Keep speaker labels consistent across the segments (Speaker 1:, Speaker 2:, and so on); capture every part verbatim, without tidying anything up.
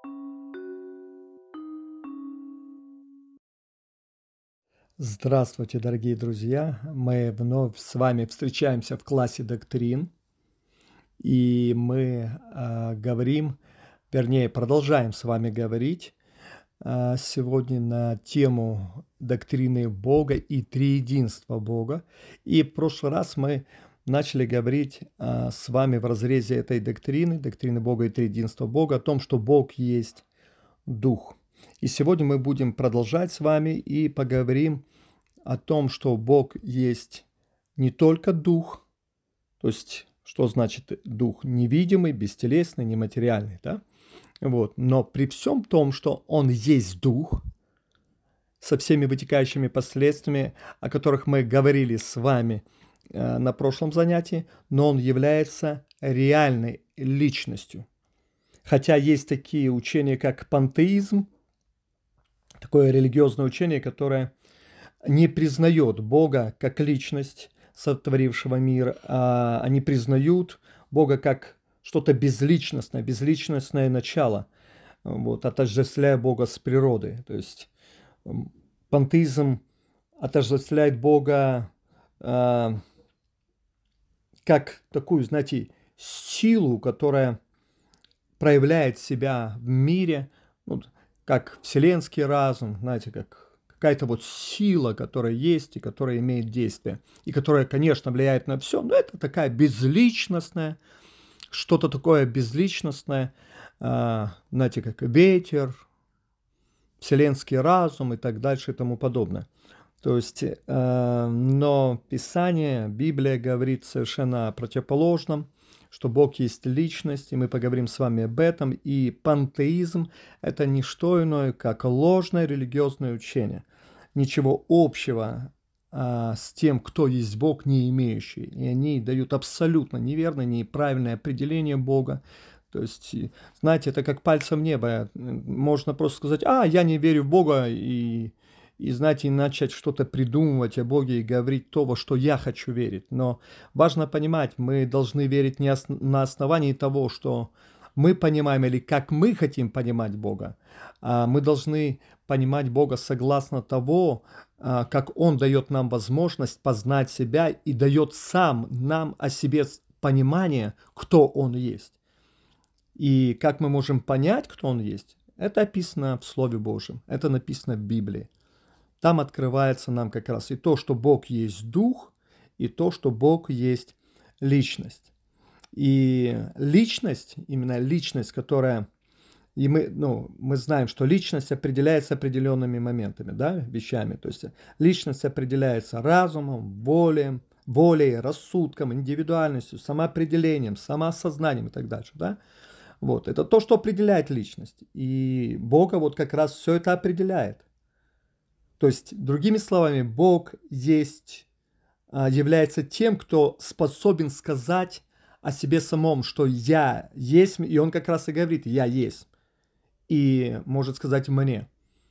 Speaker 1: Здравствуйте, дорогие друзья! Мы вновь с вами встречаемся в классе доктрин, и мы а, говорим, вернее, продолжаем с вами говорить а, сегодня на тему доктрины Бога и триединства Бога. И в прошлый раз мы начали говорить а, с вами в разрезе этой доктрины, доктрины Бога и триединства Бога, о том, что Бог есть Дух. И сегодня мы будем продолжать с вами и поговорим о том, что Бог есть не только Дух, то есть, что значит Дух? Невидимый, бестелесный, нематериальный, да? Вот. Но при всем том, что Он есть Дух, со всеми вытекающими последствиями, о которых мы говорили с вами э, на прошлом занятии, но Он является реальной личностью. Хотя есть такие учения, как пантеизм, такое религиозное учение, которое не признает Бога как личность, сотворившего мир, а они признают Бога как что-то безличностное, безличностное начало, вот, отождествляя Бога с природой. То есть пантеизм отождествляет Бога э, как такую, знаете, силу, которая проявляет себя в мире, ну, как вселенский разум, знаете, как какая-то вот сила, которая есть и которая имеет действие, и которая, конечно, влияет на все, но это такая безличностная, что-то такое безличностное, э, знаете, как ветер, вселенский разум и так дальше и тому подобное. То есть, э, но Писание, Библия говорит совершенно о противоположном, что Бог есть личность, и мы поговорим с вами об этом. И пантеизм – это не что иное, как ложное религиозное учение, ничего общего а, с тем, кто есть Бог, не имеющий. И они дают абсолютно неверное, неправильное определение Бога. То есть, знаете, это как пальцем в небо. Можно просто сказать: а, я не верю в Бога, и... И, знаете, начать что-то придумывать о Боге и говорить то, во что я хочу верить. Но важно понимать, мы должны верить не ос- на основании того, что мы понимаем или как мы хотим понимать Бога. А мы должны понимать Бога согласно того, а, как Он дает нам возможность познать себя и дает сам нам о себе понимание, кто Он есть. И как мы можем понять, кто Он есть, это описано в Слове Божьем, это написано в Библии. Там открывается нам как раз и то, что Бог есть Дух, и то, что Бог есть личность. И личность, именно личность, которая... И мы, ну, мы знаем, что личность определяется определенными моментами, да, вещами. То есть личность определяется разумом, волей, волей, рассудком, индивидуальностью, самоопределением, самоосознанием и так дальше, да. Вот, это то, что определяет личность. И Бога вот как раз все это определяет. То есть, другими словами, Бог есть, является тем, кто способен сказать о себе самом, что «я есть», и Он как раз и говорит «я есть», и может сказать «мне».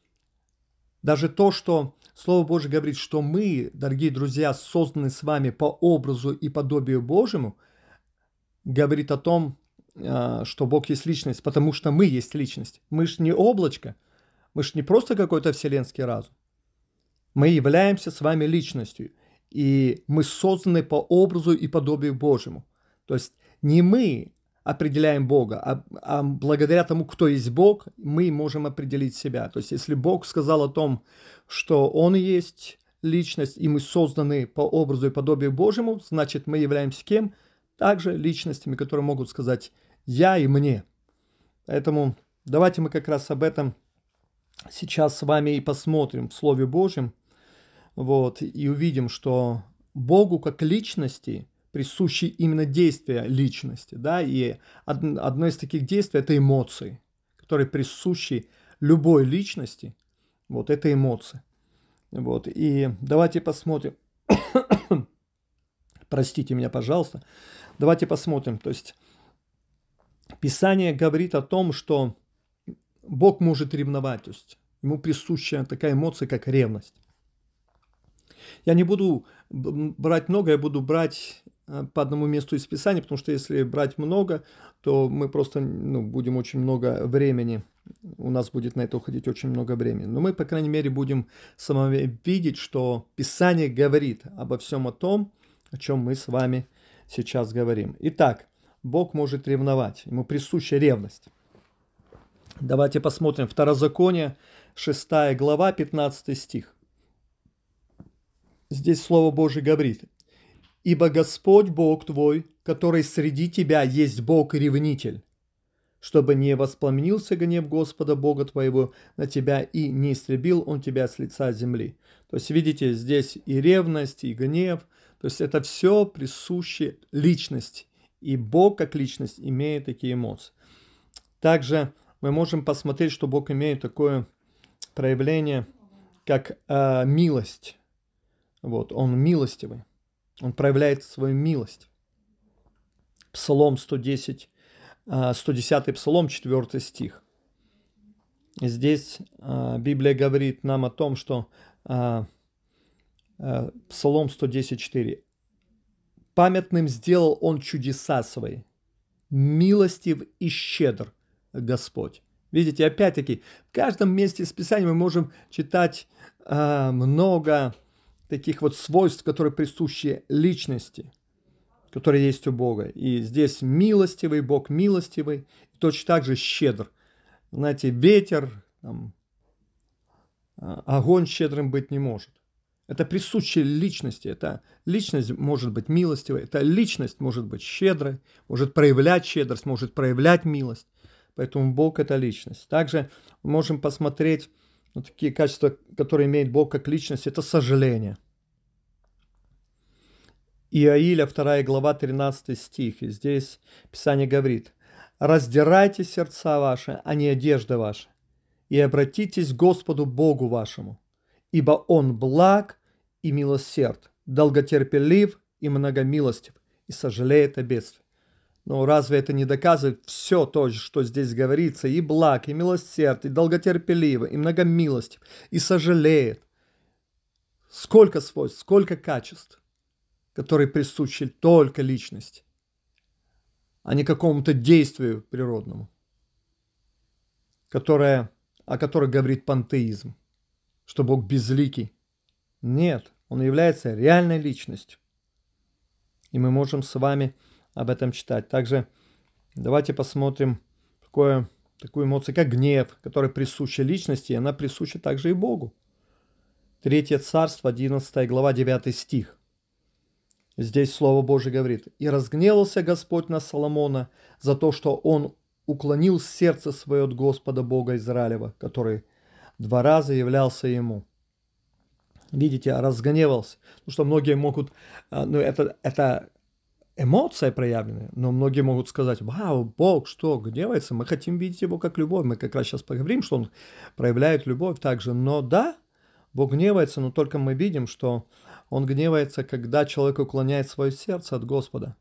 Speaker 1: Даже то, что Слово Божье говорит, что мы, дорогие друзья, созданы с вами по образу и подобию Божьему, говорит о том, что Бог есть личность, потому что мы есть личность. Мы ж не облачко, мы ж не просто какой-то вселенский разум. Мы являемся с вами личностью, и мы созданы по образу и подобию Божьему. То есть не мы определяем Бога, а, а благодаря тому, кто есть Бог, мы можем определить себя. То есть если Бог сказал о том, что Он есть личность, и мы созданы по образу и подобию Божьему, значит, мы являемся кем? Также личностями, которые могут сказать «я» и «мне». Поэтому давайте мы как раз об этом сейчас с вами и посмотрим в Слове Божьем. Вот, и увидим, что Богу как личности присущи именно действия личности, да, и одно из таких действий – это эмоции, которые присущи любой личности, вот, это эмоции. Вот, и давайте посмотрим, простите меня, пожалуйста, давайте посмотрим, то есть Писание говорит о том, что Бог может ревновать, то есть ему присуща такая эмоция, как ревность. Я не буду брать много, я буду брать по одному месту из Писания, потому что если брать много, то мы просто ну, будем очень много времени, у нас будет на это уходить очень много времени. Но мы, по крайней мере, будем самими видеть, что Писание говорит обо всем о том, о чем мы с вами сейчас говорим. Итак, Бог может ревновать, ему присуща ревность. Давайте посмотрим Второзаконие, шестая глава, пятнадцатый стих. Здесь Слово Божие говорит: «Ибо Господь Бог твой, который среди тебя есть Бог и ревнитель, чтобы не воспламенился гнев Господа Бога твоего на тебя и не истребил он тебя с лица земли». То есть, видите, здесь и ревность, и гнев, то есть это все присуще личности, и Бог как личность имеет такие эмоции. Также мы можем посмотреть, что Бог имеет такое проявление, как э, милость. Вот, он милостивый, он проявляет свою милость. Псалом сто десять, сто десятый псалом, четвёртый стих. Здесь э, Библия говорит нам о том, что э, э, Псалом сто десять, четыре. «Памятным сделал он чудеса свои, милостив и щедр Господь». Видите, опять-таки, в каждом месте из Писания мы можем читать э, много таких вот свойств, которые присущи личности, которые есть у Бога. И здесь милостивый, Бог милостивый, и точно так же щедр. Знаете, ветер, там, огонь щедрым быть не может. Это присуще личности. Это личность может быть милостивой, эта личность может быть щедрой, может проявлять щедрость, может проявлять милость. Поэтому Бог – это личность. Также мы можем посмотреть вот такие качества, которые имеет Бог как личность, это сожаление. Иаиля, вторая глава, тринадцатый стих. И здесь Писание говорит: «Раздирайте сердца ваши, а не одежды ваши, и обратитесь к Господу Богу вашему, ибо Он благ и милосерд, долготерпелив и многомилостив, и сожалеет о бедствии». Но разве это не доказывает все то, что здесь говорится? И благ, и милосерд, и долготерпеливо, и многомилостив, и сожалеет. Сколько свойств, сколько качеств, которые присущи только личности, а не какому-то действию природному, которое, о котором говорит пантеизм, что Бог безликий. Нет, Он является реальной личностью. И мы можем с вами об этом читать. Также давайте посмотрим такое, такую эмоцию, как гнев, которая присуща личности, и она присуща также и Богу. Третье царство, одиннадцатая глава, девятый стих. Здесь Слово Божие говорит: «И разгневался Господь на Соломона за то, что он уклонил сердце свое от Господа Бога Израилева, который два раза являлся ему». Видите, разгневался. Потому что многие могут, ну это, это эмоция проявленная, но многие могут сказать: вау, Бог что, гневается? Мы хотим видеть его как любовь. Мы как раз сейчас поговорим, что он проявляет любовь также. Но да, Бог гневается, но только мы видим, что он гневается, когда человек уклоняет свое сердце от Господа.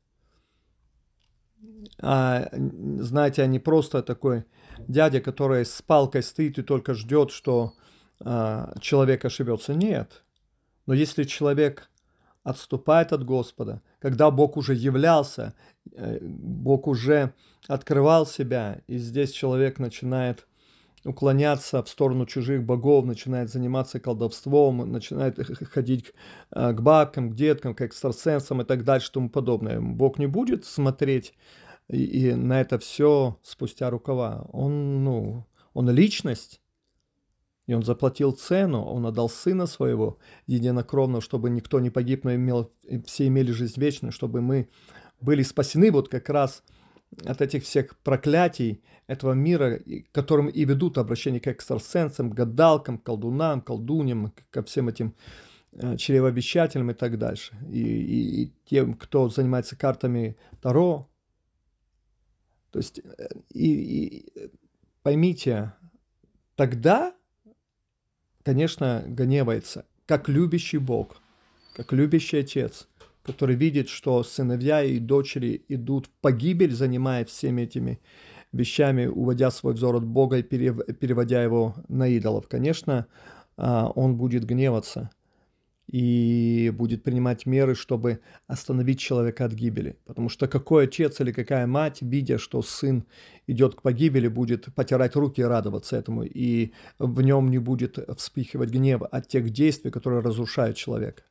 Speaker 1: А, знаете, а не просто такой дядя, который с палкой стоит и только ждет, что а, человек ошибется. Нет. Но если человек отступает от Господа, когда Бог уже являлся, Бог уже открывал себя, и здесь человек начинает уклоняться в сторону чужих богов, начинает заниматься колдовством, начинает ходить к бабкам, к деткам, к экстрасенсам и так дальше, и тому подобное. Бог не будет смотреть и, и на это все спустя рукава. Он, ну, он личность, и он заплатил цену, он отдал Сына Своего единокровного, чтобы никто не погиб, но имел, все имели жизнь вечную, чтобы мы были спасены вот как раз от этих всех проклятий этого мира, которым и ведут обращение к экстрасенсам, к гадалкам, к колдунам, колдуньям, ко всем этим чревовещателям и так дальше. И, и, и тем, кто занимается картами Таро. То есть, и, и поймите, тогда, конечно, гневается, как любящий Бог, как любящий Отец, который видит, что сыновья и дочери идут в погибель, занимая всеми этими вещами, уводя свой взор от Бога и переводя его на идолов. Конечно, он будет гневаться. и будет принимать меры, чтобы остановить человека от гибели. Потому что какой отец или какая мать, видя, что сын идет к погибели, будет потирать руки и радоваться этому, и в нем не будет вспыхивать гнев от тех действий, которые разрушают человека.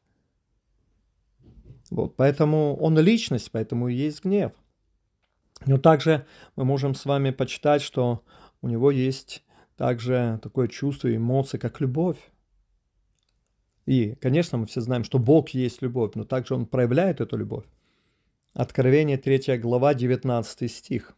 Speaker 1: Вот, поэтому он личность, поэтому и есть гнев. Но также мы можем с вами почитать, что у него есть также такое чувство, эмоции, как любовь. И, конечно, мы все знаем, что Бог есть любовь, но также Он проявляет эту любовь. Откровение третья глава, девятнадцатый стих.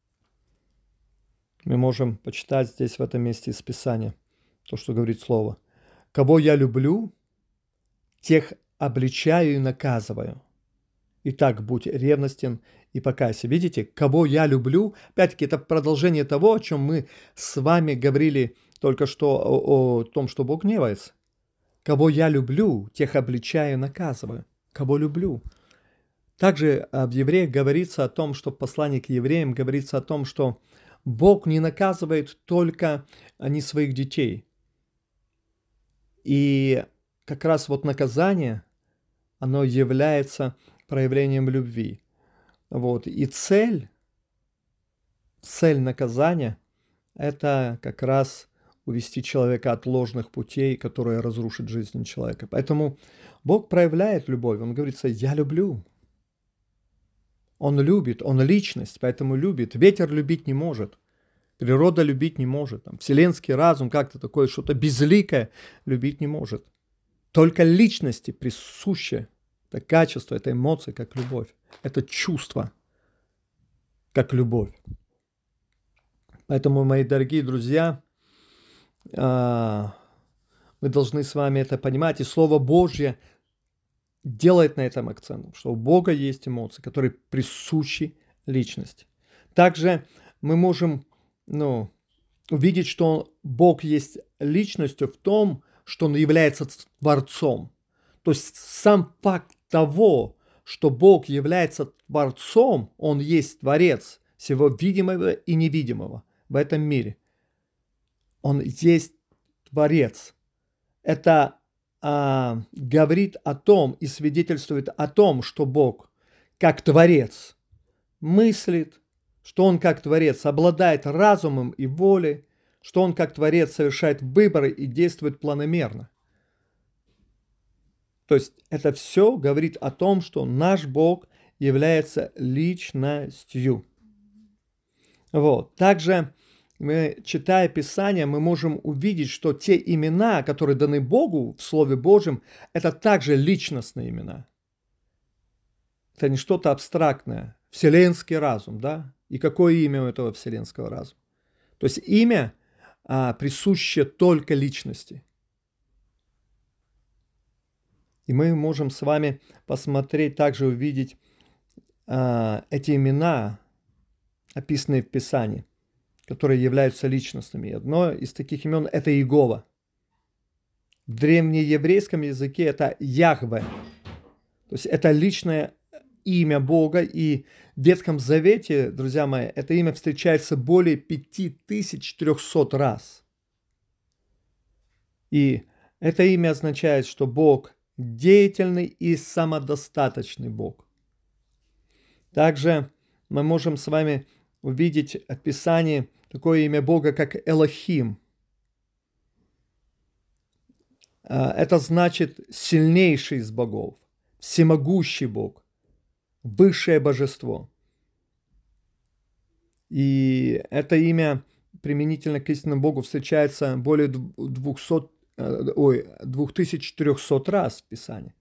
Speaker 1: Мы можем почитать здесь, в этом месте из Писания, то, что говорит Слово. «Кого я люблю, тех обличаю и наказываю. Итак, будь ревностен и покайся». Видите, кого я люблю, опять-таки, это продолжение того, о чем мы с вами говорили только что, о, о том, что Бог гневается. Кого я люблю, тех обличаю и наказываю. Кого люблю. Также в Евреях говорится о том, что в послании к евреям говорится о том, что Бог не наказывает только не своих детей. И как раз вот наказание, оно является проявлением любви. Вот. И цель, цель наказания – это как раз увести человека от ложных путей, которые разрушат жизнь человека. Поэтому Бог проявляет любовь. Он говорит: «Я люблю». Он любит, Он личность, поэтому любит. Ветер любить не может. Природа любить не может. Там, вселенский разум как-то такое, что-то безликое любить не может. Только личности присуще это качество, это эмоции, как любовь. Это чувство, как любовь. Поэтому, мои дорогие друзья, мы должны с вами это понимать. И Слово Божье делает на этом акцент, что у Бога есть эмоции, которые присущи личности. Также мы можем ну, увидеть, что Бог есть личностью в том, что Он является Творцом. То есть сам факт того, что Бог является Творцом, Он есть Творец всего видимого и невидимого в этом мире. Он есть Творец. Это а, говорит о том и свидетельствует о том, что Бог, как Творец, мыслит, что Он, как Творец, обладает разумом и волей, что Он, как Творец, совершает выборы и действует планомерно. То есть это все говорит о том, что наш Бог является личностью. Вот. Также мы, читая Писание, мы можем увидеть, что те имена, которые даны Богу в Слове Божьем, это также личностные имена. Это не что-то абстрактное. Вселенский разум, да? И какое имя у этого вселенского разума? То есть имя а, присуще только личности. И мы можем с вами посмотреть, также увидеть а, эти имена, описанные в Писании, которые являются личностными. И одно из таких имен – это Иегова. В древнееврейском языке это Яхве. То есть это личное имя Бога. И в Ветхом Завете, друзья мои, это имя встречается более пяти тысяч трёхсот раз. И это имя означает, что Бог деятельный и самодостаточный Бог. Также мы можем с вами увидеть в Писании такое имя Бога, как Элохим. Это значит сильнейший из богов, всемогущий Бог, высшее божество. И это имя применительно к истинному Богу встречается более двухсот, ой, двух тысяч трёхсот раз в Писании.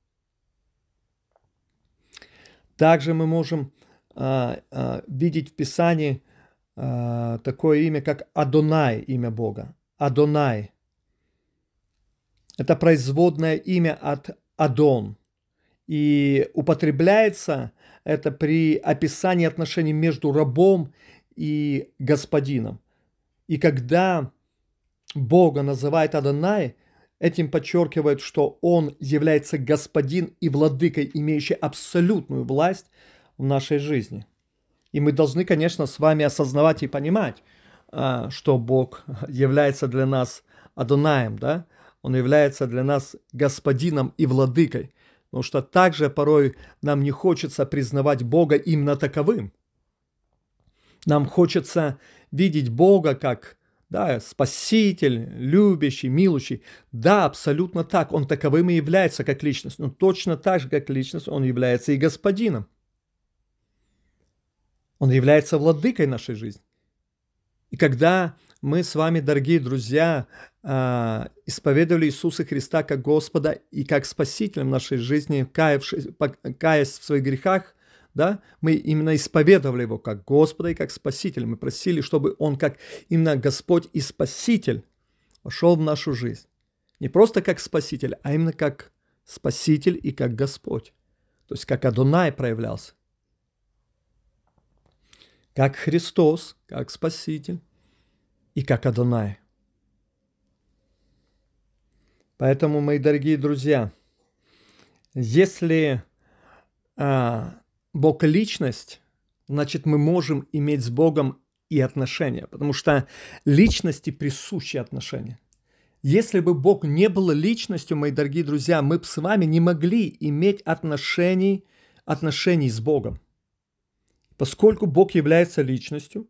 Speaker 1: Также мы можем а, а, видеть в Писании а, такое имя, как Адонай, имя Бога. Адонай. Это производное имя от Адон. И употребляется это при описании отношений между рабом и господином. И когда Бога называет Адонай, этим подчеркивает, что Он является господин и владыкой, имеющий абсолютную власть в нашей жизни. И мы должны, конечно, с вами осознавать и понимать, что Бог является для нас Адонаем, да? Он является для нас господином и владыкой. Потому что также порой нам не хочется признавать Бога именно таковым. Нам хочется видеть Бога как, да, спаситель, любящий, милующий. Да, абсолютно так. Он таковым и является как личность. Но точно так же, как личность, он является и господином. Он является владыкой нашей жизни. И когда мы с вами, дорогие друзья, исповедовали Иисуса Христа как Господа и как Спасителя в нашей жизни, каявшись, каясь в своих грехах, да, мы именно исповедовали Его как Господа и как Спасителя. Мы просили, чтобы Он как именно Господь и Спаситель вошел в нашу жизнь. Не просто как Спаситель, а именно как Спаситель и как Господь. То есть как Адонай проявлялся. Как Христос, как Спаситель и как Адонай. Поэтому, мои дорогие друзья, если а, Бог – личность, значит, мы можем иметь с Богом и отношения, потому что личности присущи отношения. Если бы Бог не был личностью, мои дорогие друзья, мы бы с вами не могли иметь отношений, отношений с Богом. Поскольку Бог является личностью,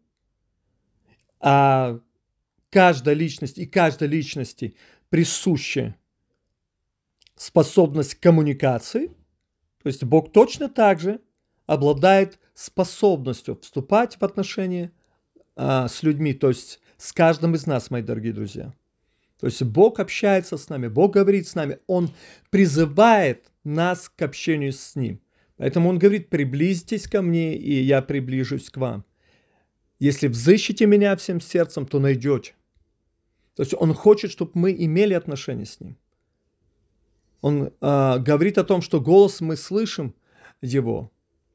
Speaker 1: а каждая личность и каждой личности присуща способность к коммуникации, то есть Бог точно так же обладает способностью вступать в отношения а, с людьми, то есть с каждым из нас, мои дорогие друзья. То есть Бог общается с нами, Бог говорит с нами, Он призывает нас к общению с Ним. Поэтому Он говорит: приблизьтесь ко мне, и я приближусь к вам. Если взыщете меня всем сердцем, то найдете. То есть Он хочет, чтобы мы имели отношения с Ним. Он э, говорит о том, что голос мы слышим Его.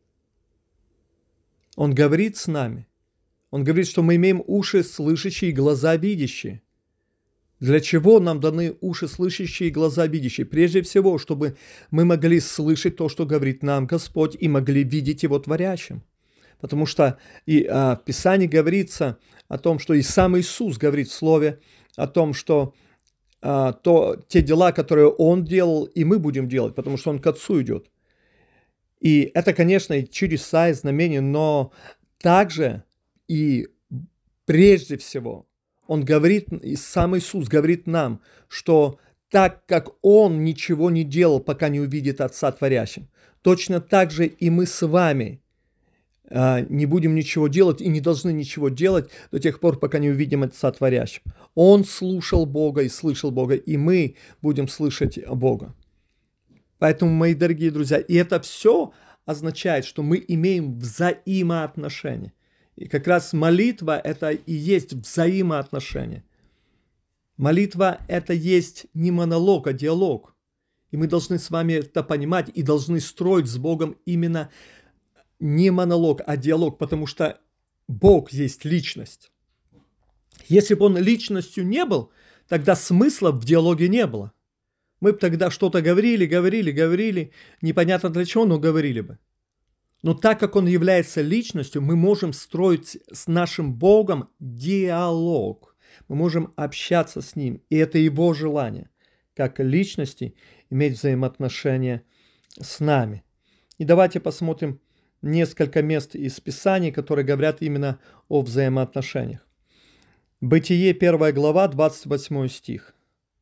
Speaker 1: Он говорит с нами. Он говорит, что мы имеем уши слышащие и глаза видящие. Для чего нам даны уши слышащие и глаза видящие? Прежде всего, чтобы мы могли слышать то, что говорит нам Господь, и могли видеть Его творящим. Потому что и, а, в Писании говорится о том, что и сам Иисус говорит в Слове о том, что а, то, те дела, которые Он делал, и мы будем делать, потому что Он к Отцу идет. И это, конечно, и чудеса, и знамения, но также и прежде всего Он говорит, и сам Иисус говорит нам, что так как Он ничего не делал, пока не увидит Отца творящим, точно так же и мы с вами не будем ничего делать и не должны ничего делать до тех пор, пока не увидим Отца творящим. Он слушал Бога и слышал Бога, и мы будем слышать Бога. Поэтому, мои дорогие друзья, и это все означает, что мы имеем взаимоотношения. И как раз молитва – это и есть взаимоотношения. Молитва – это есть не монолог, а диалог. И мы должны с вами это понимать и должны строить с Богом именно не монолог, а диалог, потому что Бог есть личность. Если бы Он личностью не был, тогда смысла в диалоге не было. Мы бы тогда что-то говорили, говорили, говорили, непонятно для чего, но говорили бы. Но так как Он является личностью, мы можем строить с нашим Богом диалог. Мы можем общаться с Ним, и это Его желание, как личности, иметь взаимоотношения с нами. И давайте посмотрим несколько мест из Писаний, которые говорят именно о взаимоотношениях. Бытие, первая глава, двадцать восьмой стих.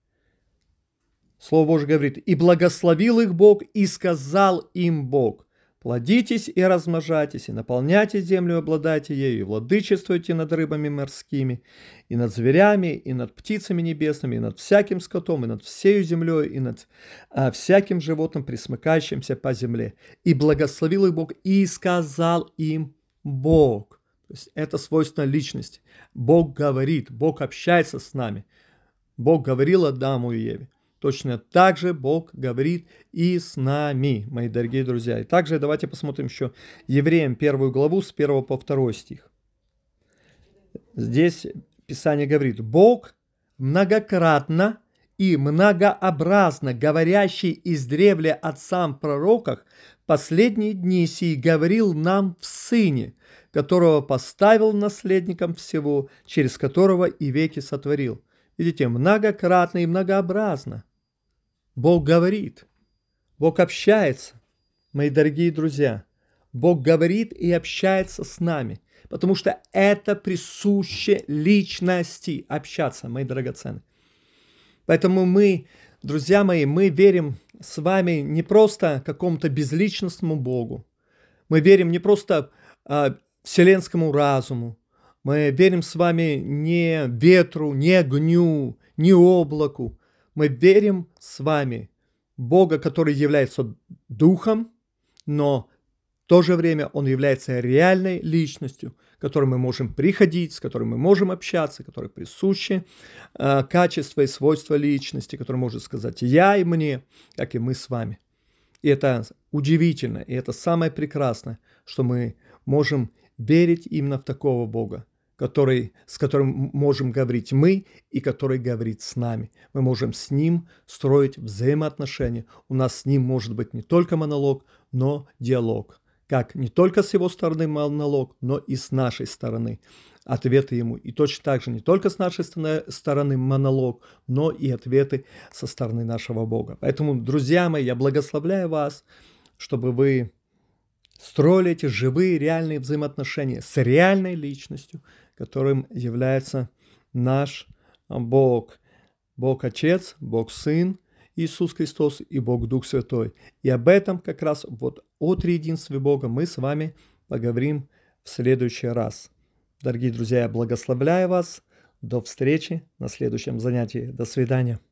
Speaker 1: Слово Божье говорит: «И благословил их Бог, и сказал им Бог: плодитесь и размножайтесь, и наполняйте землю, и обладайте ею, и владычествуйте над рыбами морскими, и над зверями, и над птицами небесными, и над всяким скотом, и над всею землей, и над а, всяким животным, пресмыкающимся по земле. И благословил их Бог, и сказал им Бог». То есть это свойственно личности. Бог говорит, Бог общается с нами. Бог говорил Адаму и Еве. Точно так же Бог говорит и с нами, мои дорогие друзья. И также давайте посмотрим еще Евреям первую главу с первого по второй стих. Здесь Писание говорит: «Бог многократно и многообразно говорящий издревле отцам пророках последние дни сии говорил нам в Сыне, которого поставил наследником всего, через которого и веки сотворил». видите, многократно и многообразно. Бог говорит, Бог общается, мои дорогие друзья. Бог говорит и общается с нами, потому что это присуще личности общаться, мои драгоценные. Поэтому мы, друзья мои, мы верим с вами не просто какому-то безличностному Богу, мы верим не просто а, вселенскому разуму, мы верим с вами не ветру, не огню, не облаку, мы верим с вами в Бога, который является Духом, но в то же время Он является реальной личностью, к которой мы можем приходить, с которой мы можем общаться, которой присущи э, качества и свойства личности, который может сказать «я» и «мне», как и мы с вами. И это удивительно, и это самое прекрасное, что мы можем верить именно в такого Бога, который, с которым можем говорить мы и который говорит с нами. Мы можем с Ним строить взаимоотношения. У нас с Ним может быть не только монолог, но диалог. Как не только с Его стороны монолог, но и с нашей стороны ответы Ему. И точно так же не только с нашей стороны монолог, но и ответы со стороны нашего Бога. Поэтому, друзья мои, я благословляю вас, чтобы вы строили эти живые, реальные взаимоотношения с реальной личностью, которым является наш Бог. Бог Отец, Бог Сын, Иисус Христос и Бог Дух Святой. И об этом как раз вот о триединстве Бога мы с вами поговорим в следующий раз. Дорогие друзья, я благословляю вас. До встречи на следующем занятии. До свидания.